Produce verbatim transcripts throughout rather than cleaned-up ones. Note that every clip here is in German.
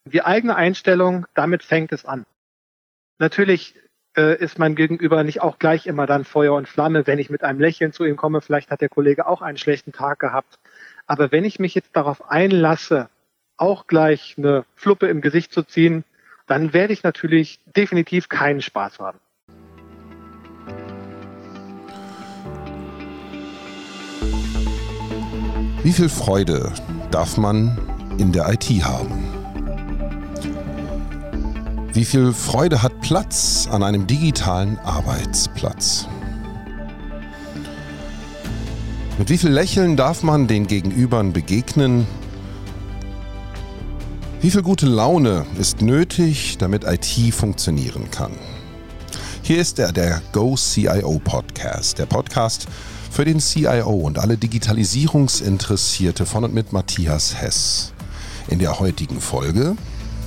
Die eigene Einstellung, damit fängt es an. Natürlich äh, ist mein Gegenüber nicht auch gleich immer dann Feuer und Flamme, wenn ich mit einem Lächeln zu ihm komme. Vielleicht hat der Kollege auch einen schlechten Tag gehabt. Aber wenn ich mich jetzt darauf einlasse, auch gleich eine Fluppe im Gesicht zu ziehen, dann werde ich natürlich definitiv keinen Spaß haben. Wie viel Freude darf man in der I T haben? Wie viel Freude hat Platz an einem digitalen Arbeitsplatz? Mit wie viel Lächeln darf man den Gegenübern begegnen? Wie viel gute Laune ist nötig, damit I T funktionieren kann? Hier ist er, der Go C I O Podcast, der Podcast für den C I O und alle Digitalisierungsinteressierte von und mit Matthias Hess. In der heutigen Folge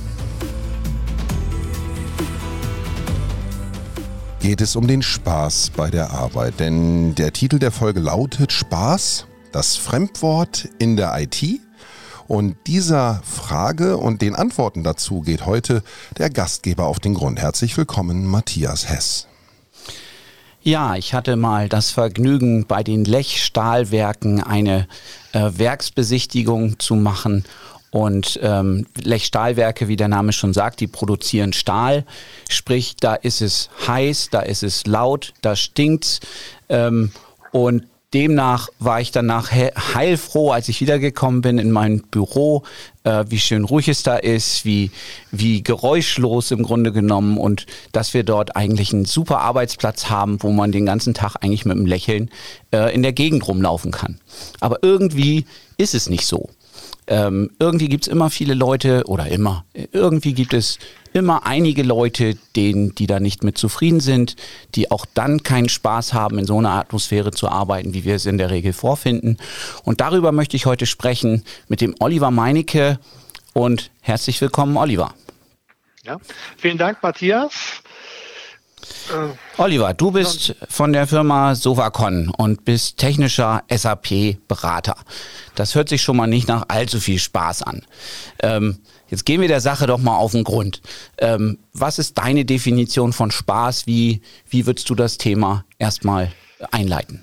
geht es um den Spaß bei der Arbeit, denn der Titel der Folge lautet Spaß, das Fremdwort in der I T. Und dieser Frage und den Antworten dazu geht heute der Gastgeber auf den Grund. Herzlich willkommen, Matthias Hess. Ja, ich hatte mal das Vergnügen, bei den Lech-Stahlwerken eine äh, Werksbesichtigung zu machen. Und ähm, Lech-Stahlwerke, wie der Name schon sagt, die produzieren Stahl. Sprich, da ist es heiß, da ist es laut, da stinkt's. Ähm, und demnach war ich danach he- heilfroh, als ich wiedergekommen bin in mein Büro, äh, wie schön ruhig es da ist, wie, wie geräuschlos im Grunde genommen und dass wir dort eigentlich einen super Arbeitsplatz haben, wo man den ganzen Tag eigentlich mit einem Lächeln äh, in der Gegend rumlaufen kann. Aber irgendwie ist es nicht so. Ähm, irgendwie gibt es immer viele Leute, oder immer, irgendwie gibt es immer einige Leute, denen, die da nicht mit zufrieden sind, die auch dann keinen Spaß haben, in so einer Atmosphäre zu arbeiten, wie wir es in der Regel vorfinden. Und darüber möchte ich heute sprechen mit dem Oliver Meinecke. Und herzlich willkommen, Oliver. Ja, vielen Dank, Matthias. Oliver, du bist von der Firma Sovacon und bist technischer S A P-Berater. Das hört sich schon mal nicht nach allzu viel Spaß an. Ähm, jetzt gehen wir der Sache doch mal auf den Grund. Ähm, was ist deine Definition von Spaß? Wie, wie würdest du das Thema erstmal einleiten?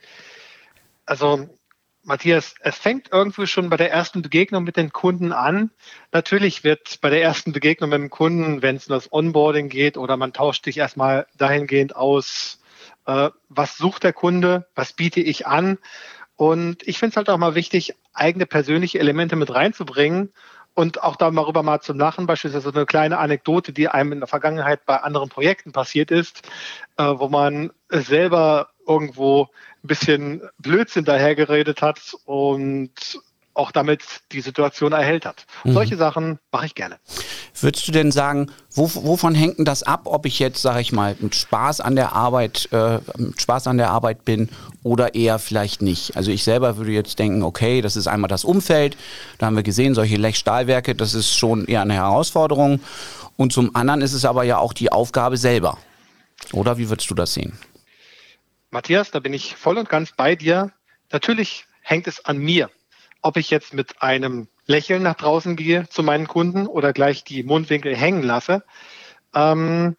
Also Matthias, es fängt irgendwie schon bei der ersten Begegnung mit den Kunden an. Natürlich wird bei der ersten Begegnung mit dem Kunden, wenn es um das Onboarding geht oder man tauscht sich erstmal dahingehend aus, äh, was sucht der Kunde, was biete ich an. Und ich finde es halt auch mal wichtig, eigene persönliche Elemente mit reinzubringen und auch darüber mal zu lachen. Beispielsweise so eine kleine Anekdote, die einem in der Vergangenheit bei anderen Projekten passiert ist, äh, wo man selber irgendwo ein bisschen Blödsinn dahergeredet hat und auch damit die Situation erhellt hat. Mhm. Solche Sachen mache ich gerne. Würdest du denn sagen, wo, wovon hängt denn das ab, ob ich jetzt, sage ich mal, mit Spaß an der Arbeit, äh, mit Spaß an der Arbeit bin oder eher vielleicht nicht? Also ich selber würde jetzt denken, okay, das ist einmal das Umfeld, da haben wir gesehen, solche Lech-Stahlwerke, das ist schon eher eine Herausforderung und zum anderen ist es aber ja auch die Aufgabe selber. Oder wie würdest du das sehen? Matthias, da bin ich voll und ganz bei dir. Natürlich hängt es an mir, ob ich jetzt mit einem Lächeln nach draußen gehe zu meinen Kunden oder gleich die Mundwinkel hängen lasse. Ähm,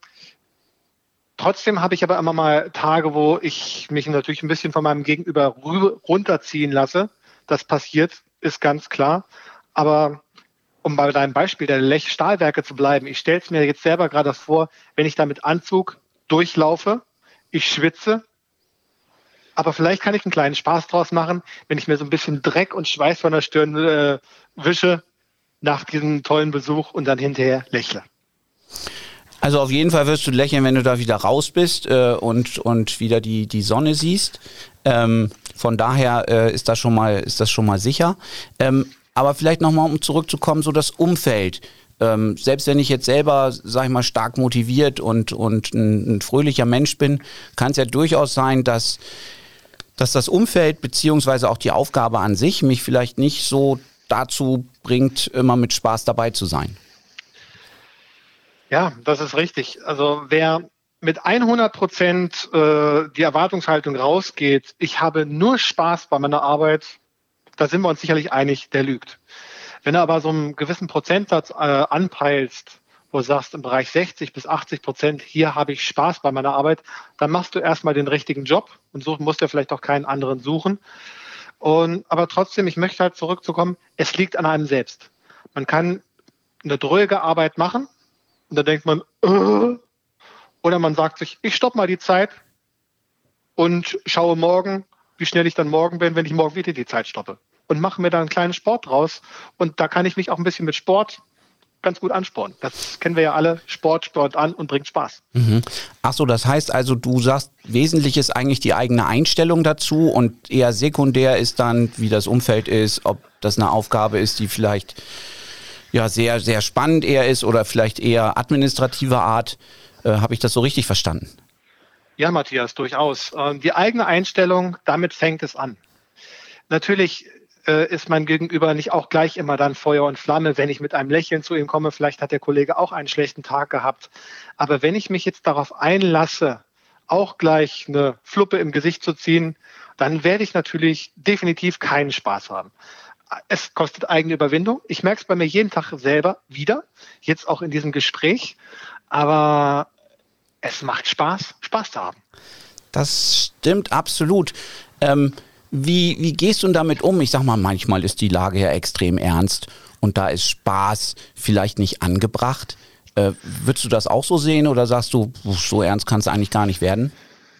trotzdem habe ich aber immer mal Tage, wo ich mich natürlich ein bisschen von meinem Gegenüber runterziehen lasse. Das passiert, ist ganz klar. Aber um bei deinem Beispiel der Lech-Stahlwerke zu bleiben, ich stelle es mir jetzt selber gerade vor, wenn ich da mit Anzug durchlaufe, ich schwitze, aber vielleicht kann ich einen kleinen Spaß draus machen, wenn ich mir so ein bisschen Dreck und Schweiß von der Stirn äh, wische nach diesem tollen Besuch und dann hinterher lächle. Also auf jeden Fall wirst du lächeln, wenn du da wieder raus bist äh, und, und wieder die, die Sonne siehst. Ähm, von daher äh, ist das schon mal, ist das schon mal sicher. Ähm, aber vielleicht nochmal, um zurückzukommen, so das Umfeld. Ähm, selbst wenn ich jetzt selber, sag ich mal, stark motiviert und, und ein, ein fröhlicher Mensch bin, kann es ja durchaus sein, dass dass das Umfeld beziehungsweise auch die Aufgabe an sich mich vielleicht nicht so dazu bringt, immer mit Spaß dabei zu sein. Ja, das ist richtig. Also wer mit hundert Prozent äh, die Erwartungshaltung rausgeht, ich habe nur Spaß bei meiner Arbeit, da sind wir uns sicherlich einig, der lügt. Wenn du aber so einen gewissen Prozentsatz äh, anpeilst, wo du sagst, im Bereich sechzig bis achtzig Prozent, hier habe ich Spaß bei meiner Arbeit, dann machst du erstmal den richtigen Job und so musst du vielleicht auch keinen anderen suchen. Und, aber trotzdem, ich möchte halt zurückzukommen, es liegt an einem selbst. Man kann eine dröge Arbeit machen und da denkt man, äh, oder man sagt sich, ich stoppe mal die Zeit und schaue morgen, wie schnell ich dann morgen bin, wenn ich morgen wieder die Zeit stoppe. Und mache mir da einen kleinen Sport draus. Und da kann ich mich auch ein bisschen mit Sport ganz gut anspornen. Das kennen wir ja alle. Sport, Sport an und bringt Spaß. Mhm. Ach so, das heißt also, du sagst, wesentlich ist eigentlich die eigene Einstellung dazu und eher sekundär ist dann, wie das Umfeld ist, ob das eine Aufgabe ist, die vielleicht ja sehr, sehr spannend eher ist oder vielleicht eher administrativer Art. Äh, habe ich das so richtig verstanden? Ja, Matthias, durchaus. Ähm, die eigene Einstellung, damit fängt es an. Natürlich ist mein Gegenüber nicht auch gleich immer dann Feuer und Flamme, wenn ich mit einem Lächeln zu ihm komme. Vielleicht hat der Kollege auch einen schlechten Tag gehabt. Aber wenn ich mich jetzt darauf einlasse, auch gleich eine Fluppe im Gesicht zu ziehen, dann werde ich natürlich definitiv keinen Spaß haben. Es kostet eigene Überwindung. Ich merke es bei mir jeden Tag selber wieder, jetzt auch in diesem Gespräch. Aber es macht Spaß, Spaß zu haben. Das stimmt absolut. Ähm Wie, wie gehst du damit um? Ich sag mal, manchmal ist die Lage ja extrem ernst und da ist Spaß vielleicht nicht angebracht. Äh, würdest du das auch so sehen oder sagst du, so ernst kann es eigentlich gar nicht werden?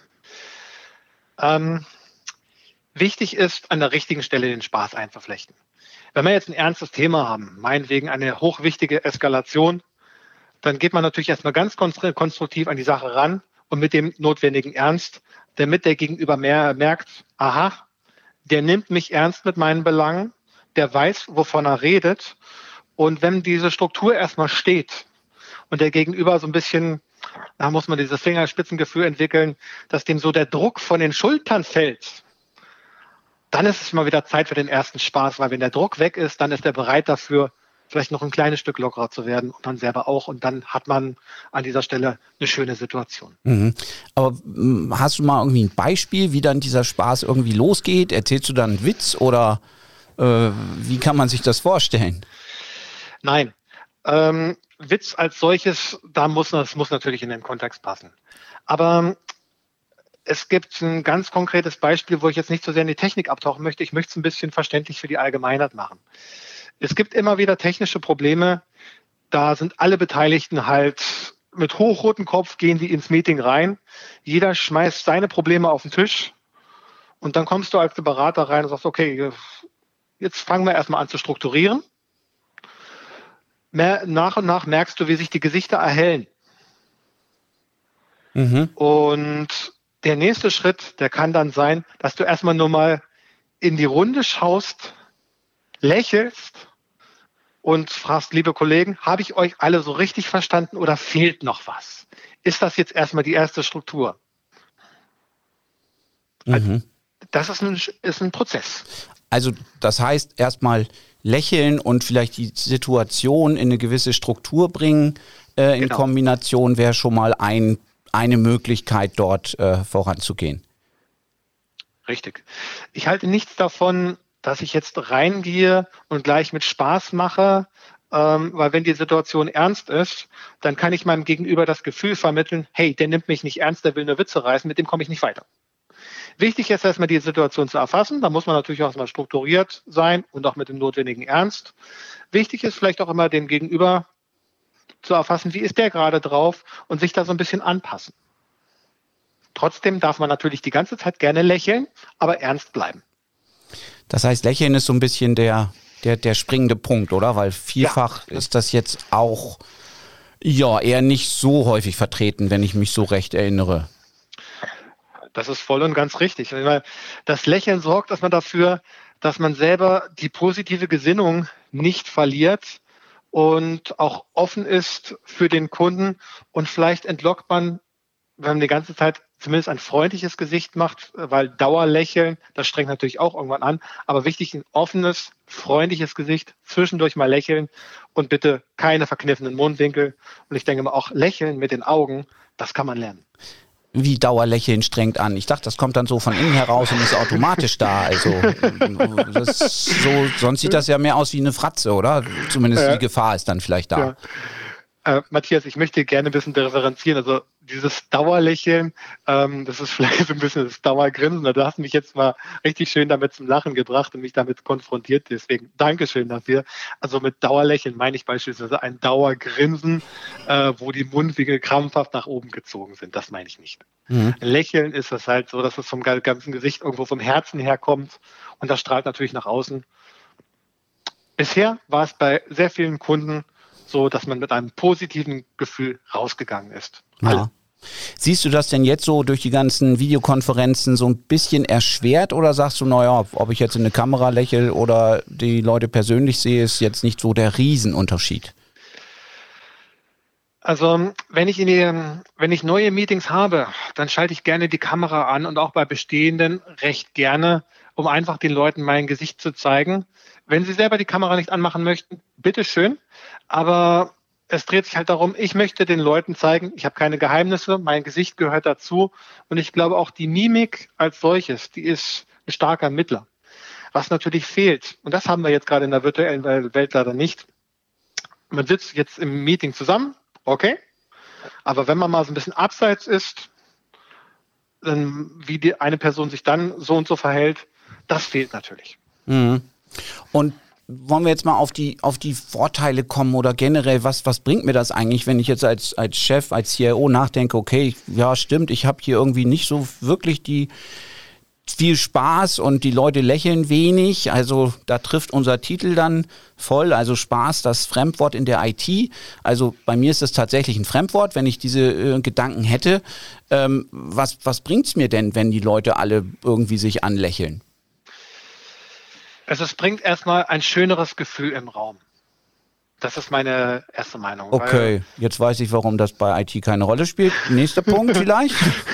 Ähm, wichtig ist, an der richtigen Stelle den Spaß einzuflechten. Wenn wir jetzt ein ernstes Thema haben, meinetwegen eine hochwichtige Eskalation, dann geht man natürlich erstmal ganz konstruktiv an die Sache ran und mit dem notwendigen Ernst, damit der Gegenüber mehr merkt, aha, der nimmt mich ernst mit meinen Belangen, der weiß, wovon er redet. Und wenn diese Struktur erstmal steht und der Gegenüber so ein bisschen, da muss man dieses Fingerspitzengefühl entwickeln, dass dem so der Druck von den Schultern fällt, dann ist es mal wieder Zeit für den ersten Spaß, weil wenn der Druck weg ist, dann ist er bereit dafür, vielleicht noch ein kleines Stück lockerer zu werden und dann selber auch. Und dann hat man an dieser Stelle eine schöne Situation. Mhm. Aber mh, hast du mal irgendwie ein Beispiel, wie dann dieser Spaß irgendwie losgeht? Erzählst du dann einen Witz oder äh, wie kann man sich das vorstellen? Nein, ähm, Witz als solches, da muss das muss natürlich in den Kontext passen. Aber es gibt ein ganz konkretes Beispiel, wo ich jetzt nicht so sehr in die Technik abtauchen möchte. Ich möchte es ein bisschen verständlich für die Allgemeinheit machen. Es gibt immer wieder technische Probleme, da sind alle Beteiligten halt mit hochrotem Kopf, gehen die ins Meeting rein. Jeder schmeißt seine Probleme auf den Tisch und dann kommst du als Berater rein und sagst, okay, jetzt fangen wir erstmal an zu strukturieren. Mehr, nach und nach merkst du, wie sich die Gesichter erhellen. Mhm. Und der nächste Schritt, der kann dann sein, dass du erstmal nur mal in die Runde schaust, lächelst und fragst, liebe Kollegen, habe ich euch alle so richtig verstanden oder fehlt noch was? Ist das jetzt erstmal die erste Struktur? Mhm. Das ist ein, ist ein Prozess. Also das heißt erstmal lächeln und vielleicht die Situation in eine gewisse Struktur bringen äh, in genau. Kombination wäre schon mal ein, eine Möglichkeit, dort äh, voranzugehen. Richtig. Ich halte nichts davon, dass ich jetzt reingehe und gleich mit Spaß mache, ähm, weil wenn die Situation ernst ist, dann kann ich meinem Gegenüber das Gefühl vermitteln, hey, der nimmt mich nicht ernst, der will nur Witze reißen, mit dem komme ich nicht weiter. Wichtig ist erstmal die Situation zu erfassen, da muss man natürlich auch erstmal strukturiert sein und auch mit dem notwendigen Ernst. Wichtig ist vielleicht auch immer dem Gegenüber zu erfassen, wie ist der gerade drauf und sich da so ein bisschen anpassen. Trotzdem darf man natürlich die ganze Zeit gerne lächeln, aber ernst bleiben. Das heißt, Lächeln ist so ein bisschen der, der, der springende Punkt, oder? Weil vielfach ja. ist das jetzt auch ja eher nicht so häufig vertreten, wenn ich mich so recht erinnere. Das ist voll und ganz richtig. Das Lächeln sorgt erstmal dafür, dass man selber die positive Gesinnung nicht verliert und auch offen ist für den Kunden. Und vielleicht entlockt man, wenn man die ganze Zeit zumindest ein freundliches Gesicht macht, weil Dauerlächeln, das strengt natürlich auch irgendwann an. Aber wichtig, ein offenes, freundliches Gesicht, zwischendurch mal lächeln und bitte keine verkniffenen Mundwinkel. Und ich denke mal, auch Lächeln mit den Augen, das kann man lernen. Wie Dauerlächeln strengt an? Ich dachte, das kommt dann so von innen heraus und ist automatisch da. Also das ist so, sonst sieht das ja mehr aus wie eine Fratze, oder? Zumindest äh, die Gefahr ist dann vielleicht da. Ja. Äh, Matthias, ich möchte gerne ein bisschen differenzieren. Also dieses Dauerlächeln, ähm, das ist vielleicht so ein bisschen das Dauergrinsen. Du hast mich jetzt mal richtig schön damit zum Lachen gebracht und mich damit konfrontiert. Deswegen Dankeschön dafür. Also mit Dauerlächeln meine ich beispielsweise ein Dauergrinsen, äh, wo die Mundwinkel krampfhaft nach oben gezogen sind. Das meine ich nicht. Mhm. Lächeln ist es halt so, dass es vom ganzen Gesicht irgendwo vom Herzen herkommt und das strahlt natürlich nach außen. Bisher war es bei sehr vielen Kunden so, dass man mit einem positiven Gefühl rausgegangen ist. Ja. Siehst du das denn jetzt so durch die ganzen Videokonferenzen so ein bisschen erschwert oder sagst du, naja, ob ich jetzt in eine Kamera lächle oder die Leute persönlich sehe, ist jetzt nicht so der Riesenunterschied? Also wenn ich, in die, wenn ich neue Meetings habe, dann schalte ich gerne die Kamera an und auch bei bestehenden recht gerne, um einfach den Leuten mein Gesicht zu zeigen. Wenn sie selber die Kamera nicht anmachen möchten, bitteschön, aber es dreht sich halt darum, ich möchte den Leuten zeigen, ich habe keine Geheimnisse, mein Gesicht gehört dazu und ich glaube auch die Mimik als solches, die ist ein starker Mittler. Was natürlich fehlt, und das haben wir jetzt gerade in der virtuellen Welt leider nicht, man sitzt jetzt im Meeting zusammen, okay, aber wenn man mal so ein bisschen abseits ist, dann, wie die eine Person sich dann so und so verhält, das fehlt natürlich. Mhm. Und wollen wir jetzt mal auf die, auf die Vorteile kommen oder generell, was, was bringt mir das eigentlich, wenn ich jetzt als, als Chef, als C I O nachdenke, okay, ja stimmt, ich habe hier irgendwie nicht so wirklich die viel Spaß und die Leute lächeln wenig, also da trifft unser Titel dann voll, also Spaß, das Fremdwort in der I T, also bei mir ist das tatsächlich ein Fremdwort, wenn ich diese äh, Gedanken hätte, ähm, was, was bringt's mir denn, wenn die Leute alle irgendwie sich anlächeln? Also es bringt erstmal ein schöneres Gefühl im Raum. Das ist meine erste Meinung. Okay, jetzt weiß ich, warum das bei I T keine Rolle spielt. Nächster Punkt vielleicht?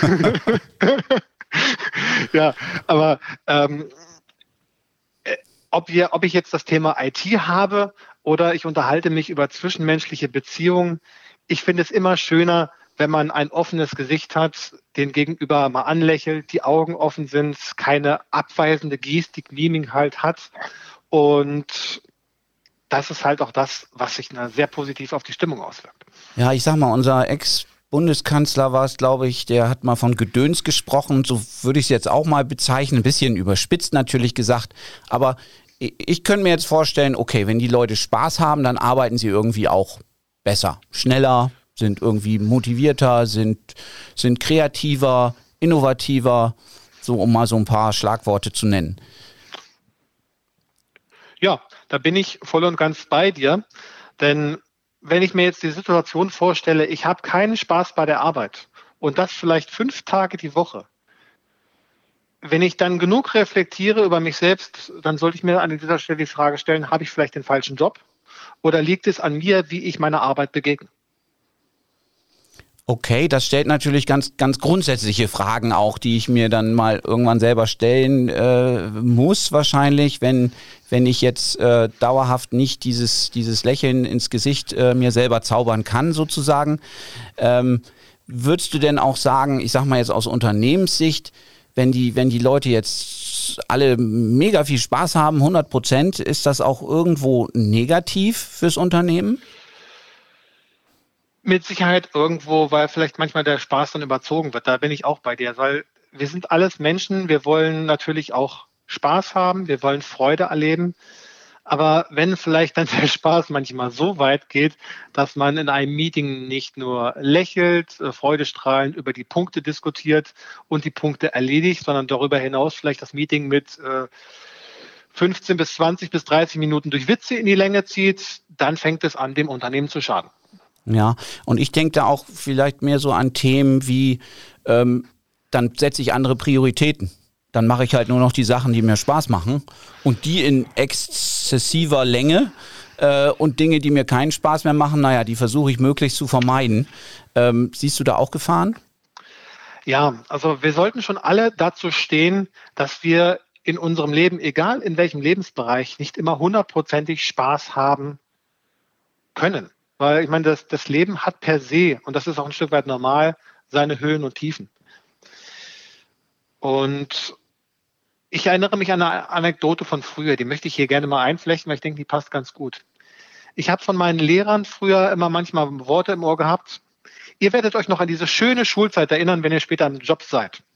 Ja, aber ähm, ob, wir, ob ich jetzt das Thema I T habe oder ich unterhalte mich über zwischenmenschliche Beziehungen, ich finde es immer schöner, wenn man ein offenes Gesicht hat, den Gegenüber mal anlächelt, die Augen offen sind, keine abweisende Gestik, Mimik halt hat. Und das ist halt auch das, was sich sehr positiv auf die Stimmung auswirkt. Ja, ich sag mal, unser Ex-Bundeskanzler war es, glaube ich, der hat mal von Gedöns gesprochen, so würde ich es jetzt auch mal bezeichnen, ein bisschen überspitzt natürlich gesagt, aber ich, ich könnte mir jetzt vorstellen, okay, wenn die Leute Spaß haben, dann arbeiten sie irgendwie auch besser, schneller, sind irgendwie motivierter, sind, sind kreativer, innovativer, so um mal so ein paar Schlagworte zu nennen. Ja, da bin ich voll und ganz bei dir, denn wenn ich mir jetzt die Situation vorstelle, ich habe keinen Spaß bei der Arbeit und das vielleicht fünf Tage die Woche, wenn ich dann genug reflektiere über mich selbst, dann sollte ich mir an dieser Stelle die Frage stellen, habe ich vielleicht den falschen Job oder liegt es an mir, wie ich meiner Arbeit begegne? Okay, das stellt natürlich ganz, ganz grundsätzliche Fragen auch, die ich mir dann mal irgendwann selber stellen äh, muss wahrscheinlich, wenn, wenn ich jetzt äh, dauerhaft nicht dieses, dieses Lächeln ins Gesicht äh, mir selber zaubern kann sozusagen. Ähm, würdest du denn auch sagen, ich sag mal jetzt aus Unternehmenssicht, wenn die, wenn die Leute jetzt alle mega viel Spaß haben, hundert Prozent, ist das auch irgendwo negativ fürs Unternehmen? Mit Sicherheit irgendwo, weil vielleicht manchmal der Spaß dann überzogen wird. Da bin ich auch bei dir, weil wir sind alles Menschen. Wir wollen natürlich auch Spaß haben. Wir wollen Freude erleben. Aber wenn vielleicht dann der Spaß manchmal so weit geht, dass man in einem Meeting nicht nur lächelt, freudestrahlend über die Punkte diskutiert und die Punkte erledigt, sondern darüber hinaus vielleicht das Meeting mit äh, fünfzehn bis zwanzig bis dreißig Minuten durch Witze in die Länge zieht, dann fängt es an, dem Unternehmen zu schaden. Ja, und ich denke da auch vielleicht mehr so an Themen wie, ähm, dann setze ich andere Prioritäten. Dann mache ich halt nur noch die Sachen, die mir Spaß machen und die in exzessiver Länge äh, und Dinge, die mir keinen Spaß mehr machen, naja, die versuche ich möglichst zu vermeiden. Ähm, siehst du da auch Gefahren? Ja, also wir sollten schon alle dazu stehen, dass wir in unserem Leben, egal in welchem Lebensbereich, nicht immer hundertprozentig Spaß haben können. Weil ich meine, das, das Leben hat per se, und das ist auch ein Stück weit normal, seine Höhen und Tiefen. Und ich erinnere mich an eine Anekdote von früher, die möchte ich hier gerne mal einflechten, weil ich denke, die passt ganz gut. Ich habe von meinen Lehrern früher immer manchmal Worte im Ohr gehabt. Ihr werdet euch noch an diese schöne Schulzeit erinnern, wenn ihr später im Job seid.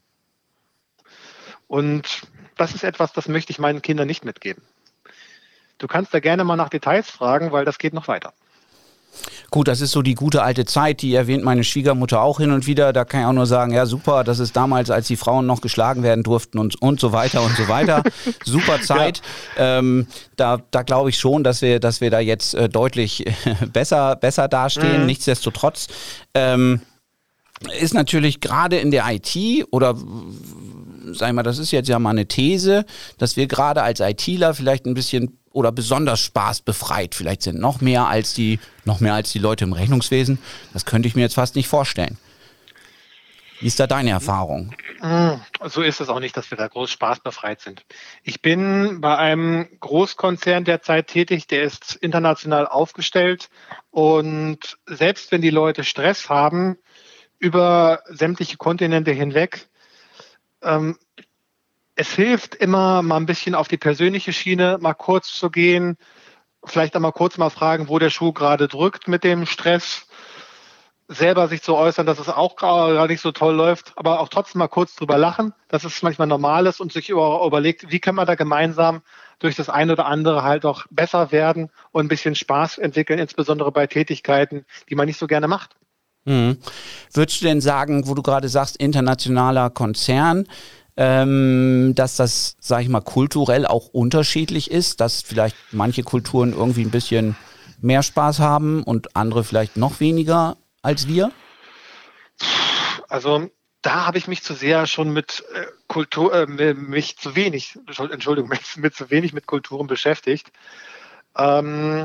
Und das ist etwas, das möchte ich meinen Kindern nicht mitgeben. Du kannst da gerne mal nach Details fragen, weil das geht noch weiter. Gut, das ist so die gute alte Zeit, die erwähnt meine Schwiegermutter auch hin und wieder. Da kann ich auch nur sagen, ja super, das ist damals, als die Frauen noch geschlagen werden durften und, und so weiter und so weiter. Super Zeit. Ja. Ähm, da da glaube ich schon, dass wir, dass wir da jetzt äh, deutlich äh, besser, besser dastehen. Mhm. Nichtsdestotrotz ähm, ist natürlich gerade in der I T oder sag ich mal, das ist jetzt ja mal eine These, dass wir gerade als ITler vielleicht ein bisschen oder besonders spaßbefreit vielleicht sind. Noch mehr als die, noch mehr als die Leute im Rechnungswesen. Das könnte ich mir jetzt fast nicht vorstellen. Wie ist da deine Erfahrung? So ist es auch nicht, dass wir da groß spaßbefreit sind. Ich bin bei einem Großkonzern derzeit tätig, der ist international aufgestellt. Und selbst wenn die Leute Stress haben, über sämtliche Kontinente hinweg, ähm, es hilft immer, mal ein bisschen auf die persönliche Schiene mal kurz zu gehen, vielleicht einmal kurz mal fragen, wo der Schuh gerade drückt mit dem Stress, selber sich zu äußern, dass es auch gerade nicht so toll läuft, aber auch trotzdem mal kurz drüber lachen, dass es manchmal normal ist und sich über, überlegt, wie können wir da gemeinsam durch das eine oder andere halt auch besser werden und ein bisschen Spaß entwickeln, insbesondere bei Tätigkeiten, die man nicht so gerne macht. Mhm. Würdest du denn sagen, wo du gerade sagst, internationaler Konzern, Ähm, dass das, sag ich mal, kulturell auch unterschiedlich ist, dass vielleicht manche Kulturen irgendwie ein bisschen mehr Spaß haben und andere vielleicht noch weniger als wir? Also da habe ich mich zu sehr schon mit äh, Kultur, äh, mich zu wenig, Entschuldigung, mit, mit zu wenig mit Kulturen beschäftigt. Ähm,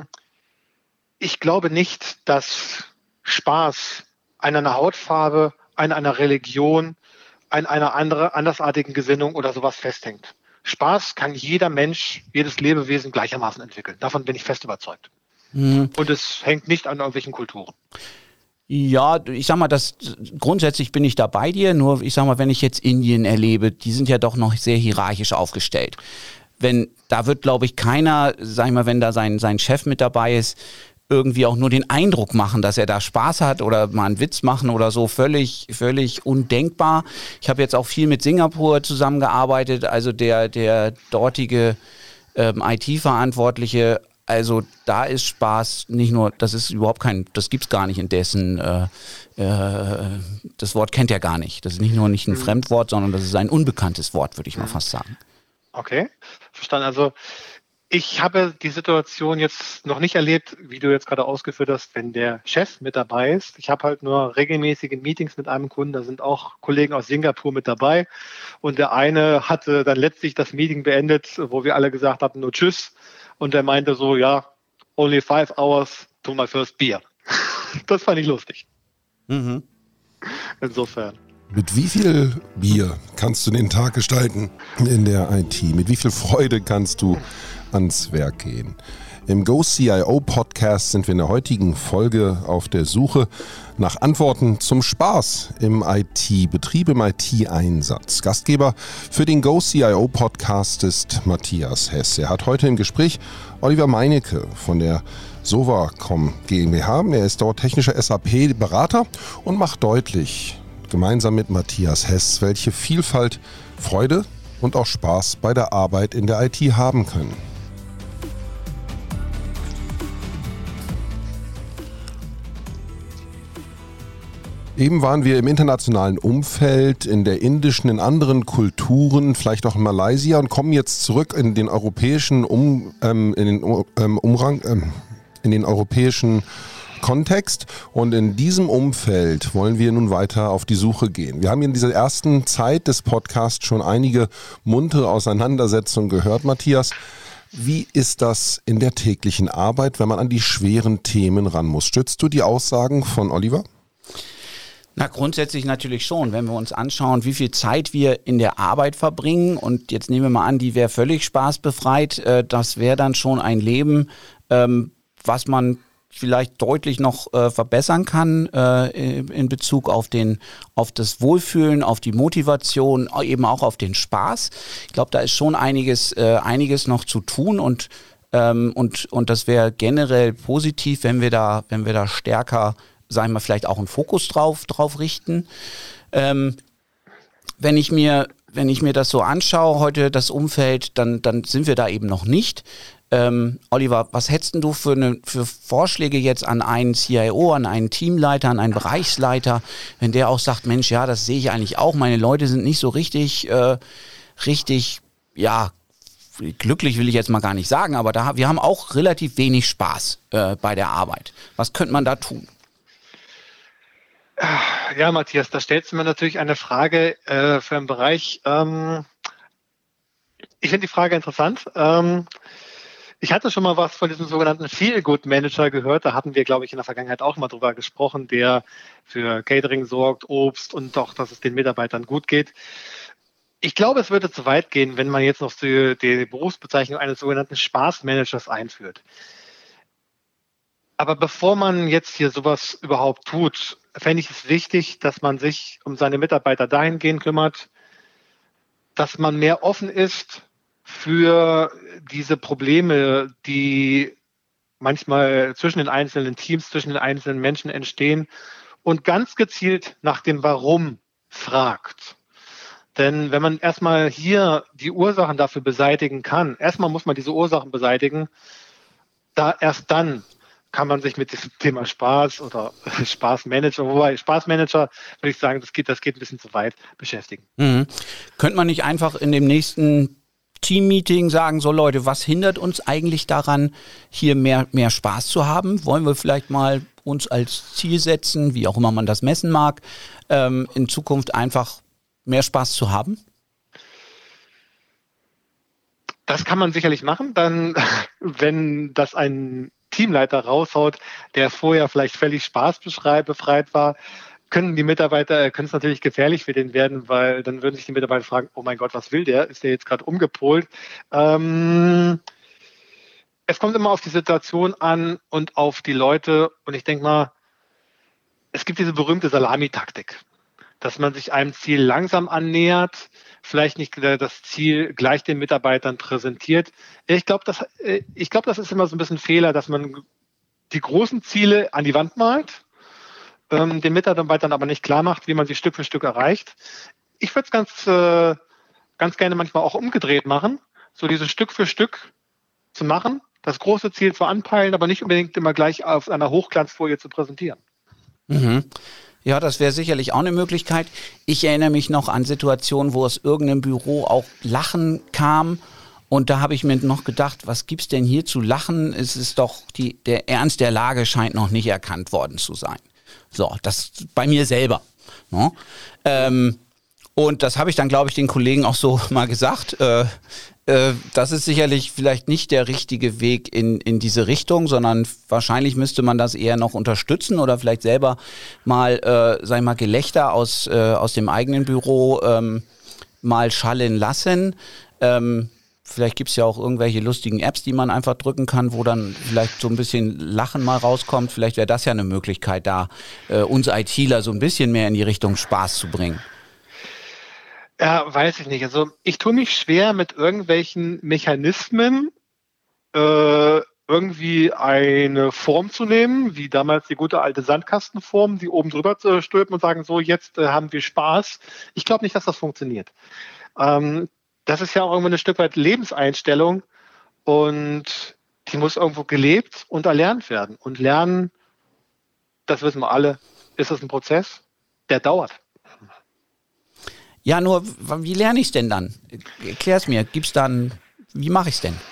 ich glaube nicht, dass Spaß an einer Hautfarbe, an einer Religion, an einer andere, andersartigen Gesinnung oder sowas festhängt. Spaß kann jeder Mensch, jedes Lebewesen gleichermaßen entwickeln. Davon bin ich fest überzeugt. Mhm. Und es hängt nicht an irgendwelchen Kulturen. Ja, ich sag mal, das grundsätzlich bin ich da bei dir, nur ich sag mal, wenn ich jetzt Indien erlebe, die sind ja doch noch sehr hierarchisch aufgestellt. Wenn, da wird, glaube ich, keiner, sag ich mal, wenn da sein, sein Chef mit dabei ist, irgendwie auch nur den Eindruck machen, dass er da Spaß hat oder mal einen Witz machen oder so, völlig, völlig undenkbar. Ich habe jetzt auch viel mit Singapur zusammengearbeitet, also der, der dortige ähm, I T-Verantwortliche, also da ist Spaß nicht nur, das ist überhaupt kein, das gibt's gar nicht in dessen, äh, äh, das Wort kennt er gar nicht. Das ist nicht nur nicht ein mhm. Fremdwort, sondern das ist ein unbekanntes Wort, würde ich mal fast sagen. Okay, verstanden. Also ich habe die Situation jetzt noch nicht erlebt, wie du jetzt gerade ausgeführt hast, wenn der Chef mit dabei ist. Ich habe halt nur regelmäßige Meetings mit einem Kunden, da sind auch Kollegen aus Singapur mit dabei. Und der eine hatte dann letztlich das Meeting beendet, wo wir alle gesagt hatten, nur Tschüss. Und der meinte so, ja, only five hours to my first beer. Das fand ich lustig. Mhm. Insofern. Mit wie viel Bier kannst du den Tag gestalten in der I T? Mit wie viel Freude kannst du ans Werk gehen? Im Go C I O Podcast sind wir in der heutigen Folge auf der Suche nach Antworten zum Spaß im I T-Betrieb, im I T-Einsatz. Gastgeber für den Go C I O Podcast ist Matthias Hess. Er hat heute im Gespräch Oliver Meinecke von der Sovacom GmbH. Er ist dort technischer S A P-Berater und macht deutlich, gemeinsam mit Matthias Hess, welche Vielfalt, Freude und auch Spaß bei der Arbeit in der I T haben können. Eben waren wir im internationalen Umfeld, in der indischen, in anderen Kulturen, vielleicht auch in Malaysia und kommen jetzt zurück in den europäischen um, ähm, in den ähm, Umrang, ähm, in den europäischen Kontext, und in diesem Umfeld wollen wir nun weiter auf die Suche gehen. Wir haben in dieser ersten Zeit des Podcasts schon einige muntere Auseinandersetzungen gehört, Matthias. Wie ist das in der täglichen Arbeit, wenn man an die schweren Themen ran muss? Stützt du die Aussagen von Oliver? Na, grundsätzlich natürlich schon. Wenn wir uns anschauen, wie viel Zeit wir in der Arbeit verbringen, und jetzt nehmen wir mal an, die wäre völlig spaßbefreit, äh, das wäre dann schon ein Leben, ähm, was man vielleicht deutlich noch äh, verbessern kann äh, in Bezug auf den, auf das Wohlfühlen, auf die Motivation, eben auch auf den Spaß. Ich glaube, da ist schon einiges, äh, einiges noch zu tun und ähm, und und das wäre generell positiv, wenn wir da, wenn wir da stärker, sagen wir vielleicht auch einen Fokus drauf drauf richten. Ähm, wenn ich mir wenn ich mir das so anschaue heute das Umfeld, dann dann sind wir da eben noch nicht. Ähm, Oliver, was hättest du für, eine, für Vorschläge jetzt an einen C I O, an einen Teamleiter, an einen Bereichsleiter, wenn der auch sagt, Mensch, ja, das sehe ich eigentlich auch, meine Leute sind nicht so richtig, äh, richtig, ja, glücklich will ich jetzt mal gar nicht sagen, aber da, wir haben auch relativ wenig Spaß äh, bei der Arbeit. Was könnte man da tun? Ja, Matthias, da stellst du mir natürlich eine Frage äh, für einen Bereich. Ähm, ich finde die Frage interessant. Ähm, Ich hatte schon mal was von diesem sogenannten Feel-Good-Manager gehört. Da hatten wir, glaube ich, in der Vergangenheit auch mal drüber gesprochen, der für Catering sorgt, Obst und doch, dass es den Mitarbeitern gut geht. Ich glaube, es würde zu weit gehen, wenn man jetzt noch die, die Berufsbezeichnung eines sogenannten Spaßmanagers einführt. Aber bevor man jetzt hier sowas überhaupt tut, fände ich es wichtig, dass man sich um seine Mitarbeiter dahingehend kümmert, dass man mehr offen ist für diese Probleme, die manchmal zwischen den einzelnen Teams, zwischen den einzelnen Menschen entstehen und ganz gezielt nach dem Warum fragt. Denn wenn man erstmal hier die Ursachen dafür beseitigen kann, erstmal muss man diese Ursachen beseitigen, da erst dann kann man sich mit diesem Thema Spaß oder Spaßmanager, wobei Spaßmanager, würde ich sagen, das geht, das geht ein bisschen zu weit, beschäftigen. Mhm. Könnte man nicht einfach in dem nächsten Team-Meeting sagen, so Leute, was hindert uns eigentlich daran, hier mehr, mehr Spaß zu haben? Wollen wir vielleicht mal uns als Ziel setzen, wie auch immer man das messen mag, ähm, in Zukunft einfach mehr Spaß zu haben? Das kann man sicherlich machen, dann, wenn das ein Teamleiter raushaut, der vorher vielleicht völlig spaßbefreit war, können die Mitarbeiter, können es natürlich gefährlich für den werden, weil dann würden sich die Mitarbeiter fragen, oh mein Gott, was will der? Ist der jetzt gerade umgepolt? Ähm, es kommt immer auf die Situation an und auf die Leute und ich denke mal, es gibt diese berühmte Salamitaktik, dass man sich einem Ziel langsam annähert, vielleicht nicht das Ziel gleich den Mitarbeitern präsentiert. Ich glaube, das, ich glaube, das ist immer so ein bisschen ein Fehler, dass man die großen Ziele an die Wand malt, ähm, den Mitarbeitern aber nicht klar macht, wie man sie Stück für Stück erreicht. Ich würde es ganz, äh, ganz gerne manchmal auch umgedreht machen, so dieses Stück für Stück zu machen, das große Ziel zu anpeilen, aber nicht unbedingt immer gleich auf einer Hochglanzfolie zu präsentieren. Mhm. Ja, das wäre sicherlich auch eine Möglichkeit. Ich erinnere mich noch an Situationen, wo aus irgendeinem Büro auch Lachen kam. Und da habe ich mir noch gedacht, was gibt's denn hier zu lachen? Es ist doch, die, der Ernst der Lage scheint noch nicht erkannt worden zu sein. So, das bei mir selber. Ne? Ähm, und das habe ich dann, glaube ich, den Kollegen auch so mal gesagt. Äh, äh, das ist sicherlich vielleicht nicht der richtige Weg in, in diese Richtung, sondern wahrscheinlich müsste man das eher noch unterstützen oder vielleicht selber mal, äh, sag ich mal, Gelächter aus, äh, aus dem eigenen Büro ähm, mal schallen lassen. Ähm, Vielleicht gibt es ja auch irgendwelche lustigen Apps, die man einfach drücken kann, wo dann vielleicht so ein bisschen Lachen mal rauskommt. Vielleicht wäre das ja eine Möglichkeit, da äh, uns ITler so ein bisschen mehr in die Richtung Spaß zu bringen. Ja, weiß ich nicht. Also ich tue mich schwer mit irgendwelchen Mechanismen, äh, irgendwie eine Form zu nehmen, wie damals die gute alte Sandkastenform, die oben drüber zu stülpen und sagen, so jetzt äh, haben wir Spaß. Ich glaube nicht, dass das funktioniert. Ähm, Das ist ja auch irgendwo ein Stück weit Lebenseinstellung und die muss irgendwo gelebt und erlernt werden. Und Lernen, das wissen wir alle, ist das ein Prozess, der dauert. Ja, nur, wie lerne ich es denn dann? Erklär es mir. Gibt's dann, wie mache ich es denn?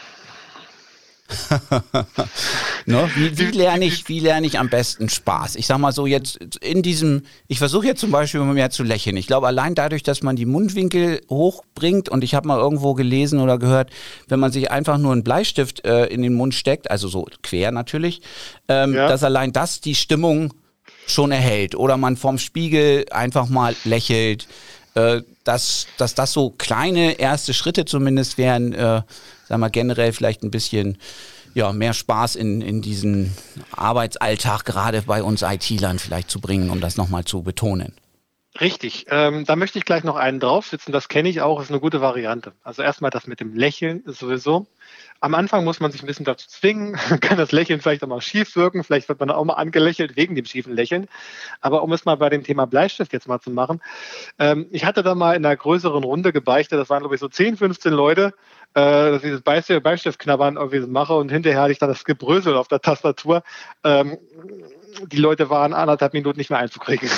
ne? Wie, wie lerne ich, wie lerne ich am besten Spaß? Ich sag mal so jetzt in diesem, ich versuche jetzt zum Beispiel immer mehr zu lächeln. Ich glaube, allein dadurch, dass man die Mundwinkel hochbringt und ich habe mal irgendwo gelesen oder gehört, wenn man sich einfach nur einen Bleistift äh, in den Mund steckt, also so quer natürlich, ähm, ja. dass allein das die Stimmung schon erhält. Oder man vorm Spiegel einfach mal lächelt. Äh, dass, dass das so kleine erste Schritte zumindest wären, äh, sagen wir generell vielleicht ein bisschen ja, mehr Spaß in, in diesen Arbeitsalltag gerade bei uns I T-Lern vielleicht zu bringen, um das nochmal zu betonen. Richtig, ähm, da möchte ich gleich noch einen draufsitzen, das kenne ich auch, ist eine gute Variante. Also erstmal das mit dem Lächeln ist sowieso. Am Anfang muss man sich ein bisschen dazu zwingen, kann das Lächeln vielleicht auch mal schief wirken, vielleicht wird man auch mal angelächelt wegen dem schiefen Lächeln. Aber um es mal bei dem Thema Bleistift jetzt mal zu machen, ähm, ich hatte da mal in einer größeren Runde gebeichtet, das waren glaube ich so zehn, fünfzehn Leute, äh, dass ich das Beistift, Bleistiftknabbern irgendwie so mache und hinterher hatte ich dann das Gebrösel auf der Tastatur. Ähm, die Leute waren anderthalb Minuten nicht mehr einzukriegen.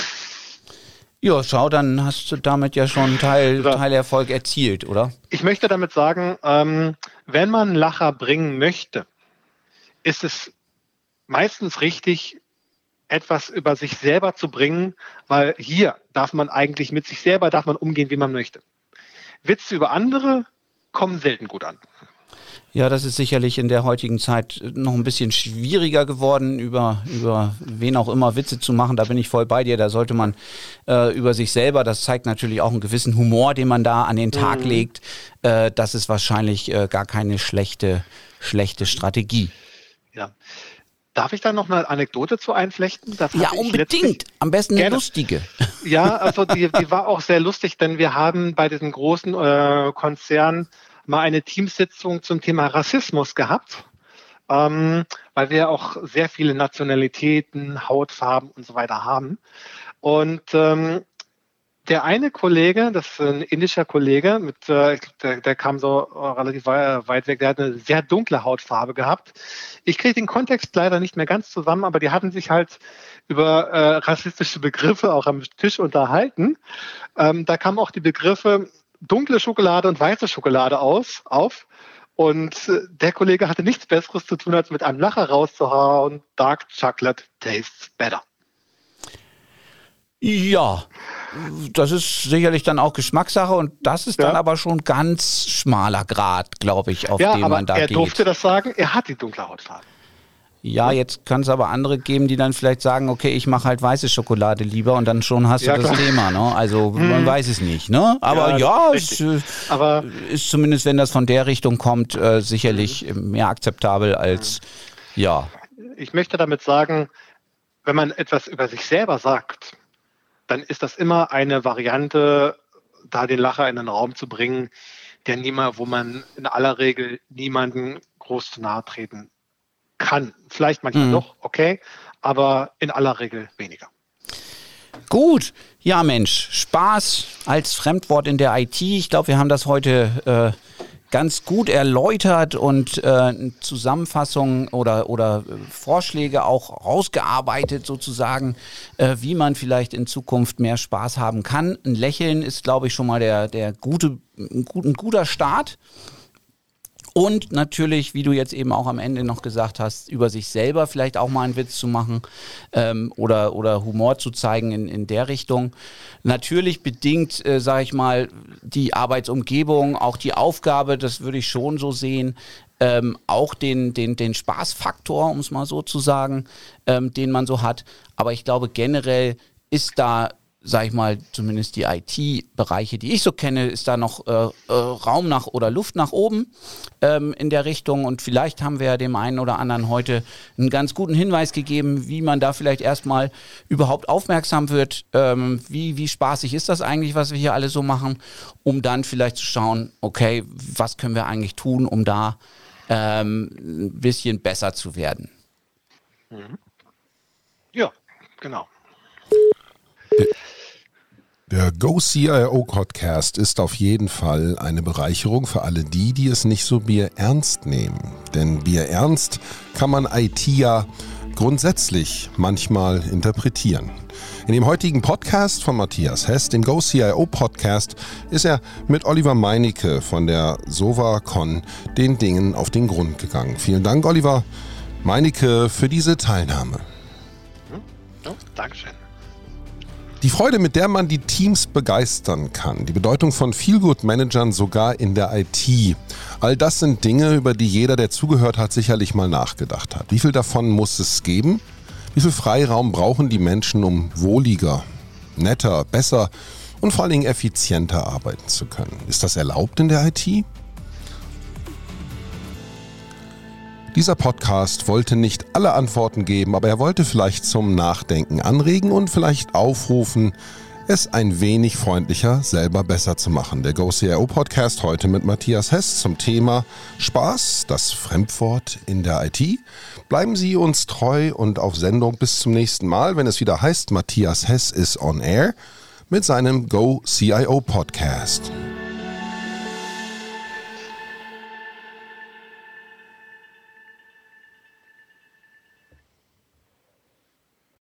Ja, schau, dann hast du damit ja schon einen Teil, Teilerfolg erzielt, oder? Ich möchte damit sagen, ähm, wenn man einen Lacher bringen möchte, ist es meistens richtig, etwas über sich selber zu bringen, weil hier darf man eigentlich mit sich selber darf man umgehen, wie man möchte. Witze über andere kommen selten gut an. Ja, das ist sicherlich in der heutigen Zeit noch ein bisschen schwieriger geworden, über, über wen auch immer Witze zu machen. Da bin ich voll bei dir. Da sollte man äh, über sich selber, das zeigt natürlich auch einen gewissen Humor, den man da an den Tag mhm. legt. Äh, das ist wahrscheinlich äh, gar keine schlechte, schlechte Strategie. Ja. Darf ich da noch eine Anekdote zu einflechten? Das ja, unbedingt. Am besten eine gerne. lustige. Ja, also die, die war auch sehr lustig, denn wir haben bei diesem großen äh, Konzern mal eine Teamsitzung zum Thema Rassismus gehabt, ähm, weil wir auch sehr viele Nationalitäten, Hautfarben und so weiter haben. Und ähm, der eine Kollege, das ist ein indischer Kollege, mit, äh, der, der kam so relativ weit weg, der hat eine sehr dunkle Hautfarbe gehabt. Ich kriege den Kontext leider nicht mehr ganz zusammen, aber die hatten sich halt über äh, rassistische Begriffe auch am Tisch unterhalten. Ähm, da kamen auch die Begriffe dunkle Schokolade und weiße Schokolade aus, auf. Und äh, der Kollege hatte nichts Besseres zu tun, als mit einem Lacher rauszuhauen. Dark Chocolate tastes better. Ja, das ist sicherlich dann auch Geschmackssache und das ist ja. dann aber schon ganz schmaler Grad, glaube ich, auf ja, den man da er geht. Er durfte das sagen, er hat die dunkle Hautfarbe. Ja, jetzt kann es aber andere geben, die dann vielleicht sagen, okay, ich mache halt weiße Schokolade lieber und dann schon hast ja, du das klar. Thema, ne? Also hm. man weiß es nicht, ne? Aber ja, ja es äh, aber ist zumindest, wenn das von der Richtung kommt, äh, sicherlich hm. mehr akzeptabel als, hm. ja. Ich möchte damit sagen, wenn man etwas über sich selber sagt, dann ist das immer eine Variante, da den Lacher in den Raum zu bringen, der niemand, wo man in aller Regel niemanden groß zu nahe treten kann. Vielleicht manchmal mhm. doch, okay, aber in aller Regel weniger. Gut, ja Mensch, Spaß als Fremdwort in der I T. Ich glaube, wir haben das heute äh, ganz gut erläutert und äh, Zusammenfassungen oder, oder Vorschläge auch rausgearbeitet sozusagen, äh, wie man vielleicht in Zukunft mehr Spaß haben kann. Ein Lächeln ist, glaube ich, schon mal der, der gute, ein, gut, ein guter Start. Und natürlich, wie du jetzt eben auch am Ende noch gesagt hast, über sich selber vielleicht auch mal einen Witz zu machen ähm, oder, oder Humor zu zeigen in, in der Richtung. Natürlich bedingt, äh, sage ich mal, die Arbeitsumgebung, auch die Aufgabe, das würde ich schon so sehen, ähm, auch den, den, den Spaßfaktor, um es mal so zu sagen, ähm, den man so hat. Aber ich glaube, generell ist da, sag ich mal, zumindest die I T-Bereiche, die ich so kenne, ist da noch äh, äh, Raum nach oder Luft nach oben ähm, in der Richtung. Und vielleicht haben wir ja dem einen oder anderen heute einen ganz guten Hinweis gegeben, wie man da vielleicht erstmal überhaupt aufmerksam wird. Ähm, wie, wie spaßig ist das eigentlich, was wir hier alle so machen, um dann vielleicht zu schauen, okay, was können wir eigentlich tun, um da ähm, ein bisschen besser zu werden. Ja, genau. Der Go C I O Podcast ist auf jeden Fall eine Bereicherung für alle die, die es nicht so bierernst nehmen. Denn bierernst kann man I T ja grundsätzlich manchmal interpretieren. In dem heutigen Podcast von Matthias Hess, dem Go C I O Podcast, ist er mit Oliver Meinecke von der SOVACon den Dingen auf den Grund gegangen. Vielen Dank, Oliver Meinecke, für diese Teilnahme. Ja, Dankeschön. Die Freude, mit der man die Teams begeistern kann, die Bedeutung von Feel-Good-Managern sogar in der I T, all das sind Dinge, über die jeder, der zugehört hat, sicherlich mal nachgedacht hat. Wie viel davon muss es geben? Wie viel Freiraum brauchen die Menschen, um wohliger, netter, besser und vor allen Dingen effizienter arbeiten zu können? Ist das erlaubt in der I T? Dieser Podcast wollte nicht alle Antworten geben, aber er wollte vielleicht zum Nachdenken anregen und vielleicht aufrufen, es ein wenig freundlicher selber besser zu machen. Der Go C I O Podcast heute mit Matthias Hess zum Thema Spaß, das Fremdwort in der I T. Bleiben Sie uns treu und auf Sendung bis zum nächsten Mal, wenn es wieder heißt, Matthias Hess ist on air mit seinem Go C I O Podcast.